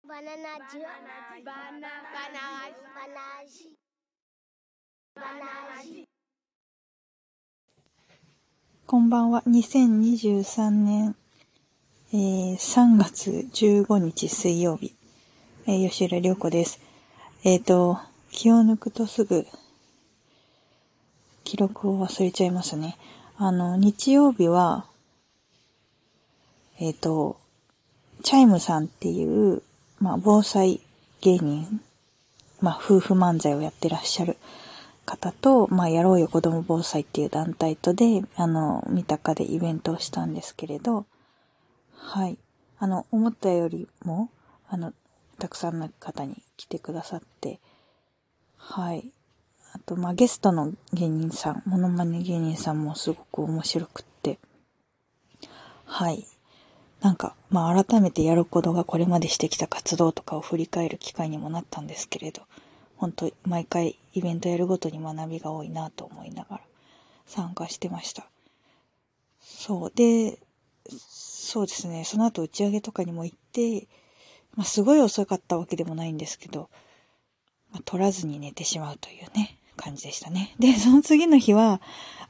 バナナジュバナナジバナジ。 こんばんは。2023年、3月15日水曜日、吉浦涼子です。気を抜くとすぐ記録を忘れちゃいますね。日曜日は、チャイムさんっていう、防災芸人、夫婦漫才をやってらっしゃる方と、やろうよ子供防災っていう団体とで、三鷹でイベントをしたんですけれど、はい。思ったよりも、たくさんの方に来てくださって、はい。あと、ゲストの芸人さん、モノマネ芸人さんもすごく面白くって、はい。改めてやることがこれまでしてきた活動とかを振り返る機会にもなったんですけれど、本当毎回イベントやるごとに学びが多いなと思いながら参加してました。そうですね。その後打ち上げとかにも行って、すごい遅かったわけでもないんですけど、取らずに寝てしまうというね、感じでしたね。で、その次の日は、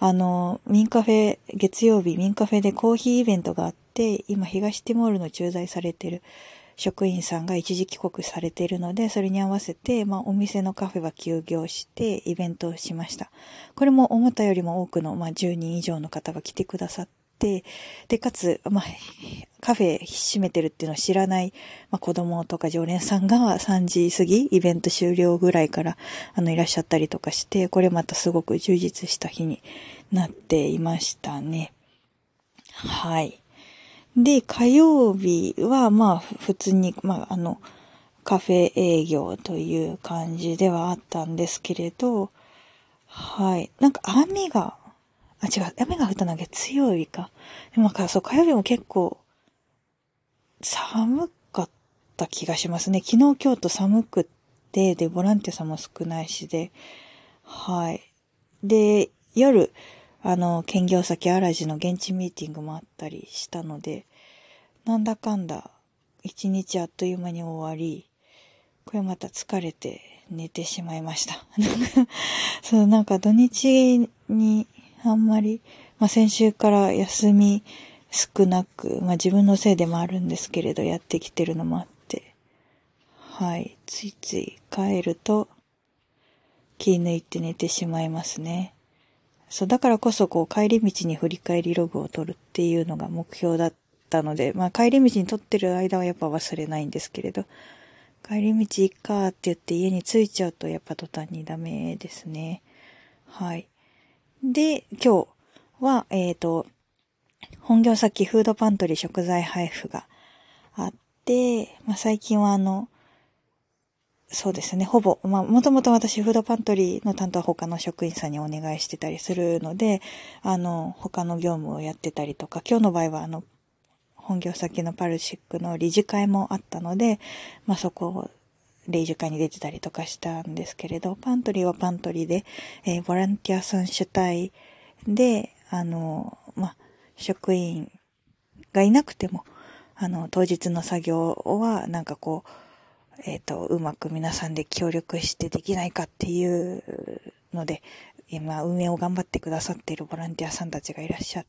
月曜日ミンカフェでコーヒーイベントがあって、今東ティモールの駐在されてる職員さんが一時帰国されているので、それに合わせて、お店のカフェは休業して、イベントをしました。これも思ったよりも多くの、10人以上の方が来てくださって、で、かつ、カフェ閉めてるっていうのを知らない、子供とか常連さんが3時過ぎ、イベント終了ぐらいから、いらっしゃったりとかして、これまたすごく充実した日になっていましたね。はい。で、火曜日は、普通に、カフェ営業という感じではあったんですけれど、はい。雨が降ったのは月曜日か。でもそう、火曜日も結構、寒かった気がしますね。昨日、今日と寒くって、で、ボランティアさんも少ないしで、はい。で、夜、兼業先アラジの現地ミーティングもあったりしたので、なんだかんだ、一日あっという間に終わり、これまた疲れて寝てしまいました。そう、土日にあんまり、先週から休み少なく、自分のせいでもあるんですけれど、やってきてるのもあって、はい、ついつい帰ると気抜いて寝てしまいますね。そう、だからこそ帰り道に振り返りログを取るっていうのが目標だったので、帰り道に取ってる間はやっぱ忘れないんですけれど、帰り道いっかって言って家に着いちゃうとやっぱ途端にダメですね。はい。で、今日は、本業先フードパントリー食材配布があって、最近はそうですね、ほぼ、もともと私フードパントリーの担当は他の職員さんにお願いしてたりするので、他の業務をやってたりとか、今日の場合は本業先のパルシックの理事会もあったので、そこを例示会に出てたりとかしたんですけれど、パントリーはパントリーで、ボランティアさん主体で、職員がいなくても、当日の作業は、うまく皆さんで協力してできないかっていうので、今、運営を頑張ってくださっているボランティアさんたちがいらっしゃって、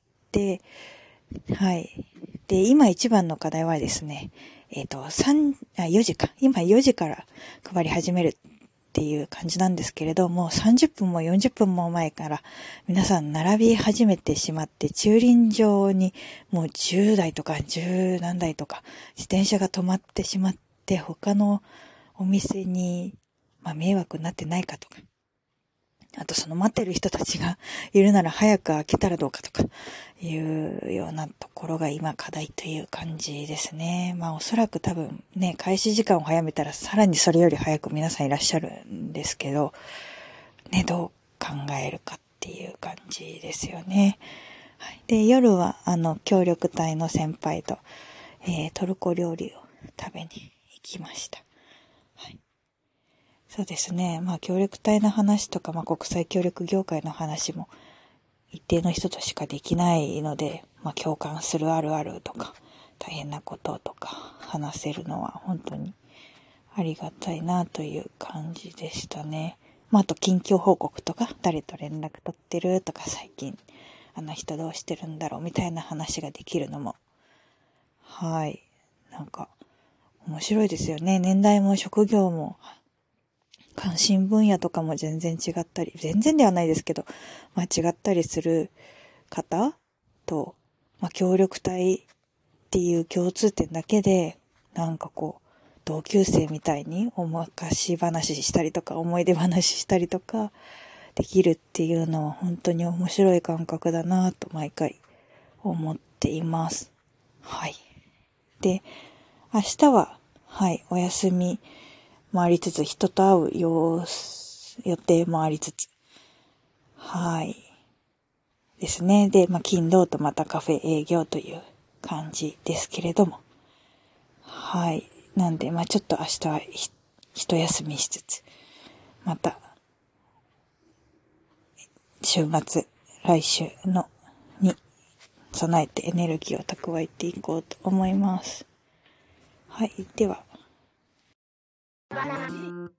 はい。で、今一番の課題はですね、4時か。今4時から配り始めるっていう感じなんですけれども、30分も40分も前から皆さん並び始めてしまって、駐輪場にもう10台とか10何台とか自転車が止まってしまって、他のお店に、迷惑になってないかとか、あと待ってる人たちがいるなら早く開けたらどうかとかいうようなところが今課題という感じですね。おそらく多分ね、開始時間を早めたらさらにそれより早く皆さんいらっしゃるんですけど、ね、どう考えるかっていう感じですよね。はい、で、夜は協力隊の先輩と、トルコ料理を食べに行きました。はい。そうですね。協力隊の話とか、国際協力業界の話も一定の人としかできないので、共感するあるあるとか、大変なこととか話せるのは本当にありがたいなという感じでしたね。あと近況報告とか、誰と連絡取ってるとか、最近あの人どうしてるんだろうみたいな話ができるのも、はい。なんか、面白いですよね。年代も職業も、関心分野とかも全然違ったり、全然ではないですけど、違ったりする方と、協力隊っていう共通点だけで、なんか同級生みたいに昔話したりとか、思い出話したりとか、できるっていうのは本当に面白い感覚だなと毎回思っています。はい。で、明日は、はい、お休みもありつつ、人と会う予定もありつつ、はい。ですね。で、金土とまたカフェ営業という感じですけれども、はい。なんで、ちょっと明日は一休みしつつ、また、週末、来週に備えてエネルギーを蓄えていこうと思います。はい。では。